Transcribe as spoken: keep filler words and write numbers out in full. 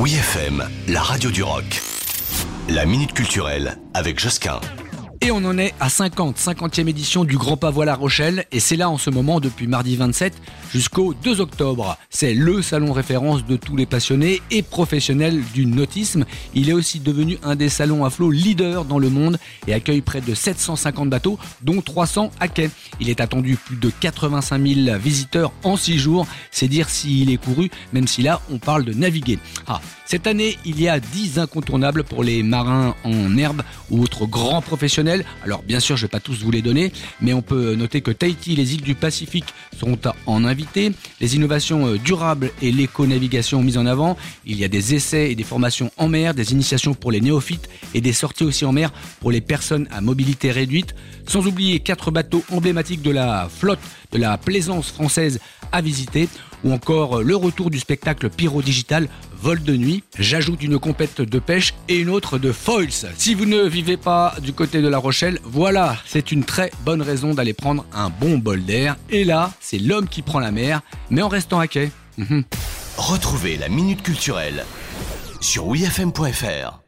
Oui F M, la radio du rock. La minute culturelle avec Josquin. Et on en est à cinquante, cinquantième édition du Grand Pavois La Rochelle, et c'est là en ce moment depuis mardi vingt-sept jusqu'au deux octobre. C'est le salon référence de tous les passionnés et professionnels du nautisme. Il est aussi devenu un des salons à flot leader dans le monde et accueille près de sept cent cinquante bateaux, dont trois cents à quai. Il est attendu plus de quatre-vingt-cinq mille visiteurs en six jours. C'est dire s'il est couru, même si là on parle de naviguer. Ah, cette année, il y a dix incontournables pour les marins en herbe ou autres grands professionnels. Alors bien sûr, je ne vais pas tous vous les donner, mais on peut noter que Tahiti et les îles du Pacifique seront en invité. Les innovations durables et l'éco-navigation mises en avant. Il y a des essais et des formations en mer, des initiations pour les néophytes et des sorties aussi en mer pour les personnes à mobilité réduite. Sans oublier quatre bateaux emblématiques de la flotte de la plaisance française à visiter, ou encore le retour du spectacle pyro-digital Vol de nuit. J'ajoute une compète de pêche et une autre de foils. Si vous ne vivez pas du côté de La Rochelle, voilà, c'est une très bonne raison d'aller prendre un bon bol d'air. Et là, c'est l'homme qui prend la mer, mais en restant à quai. Mmh. Retrouvez la minute culturelle sur oui f m point f r.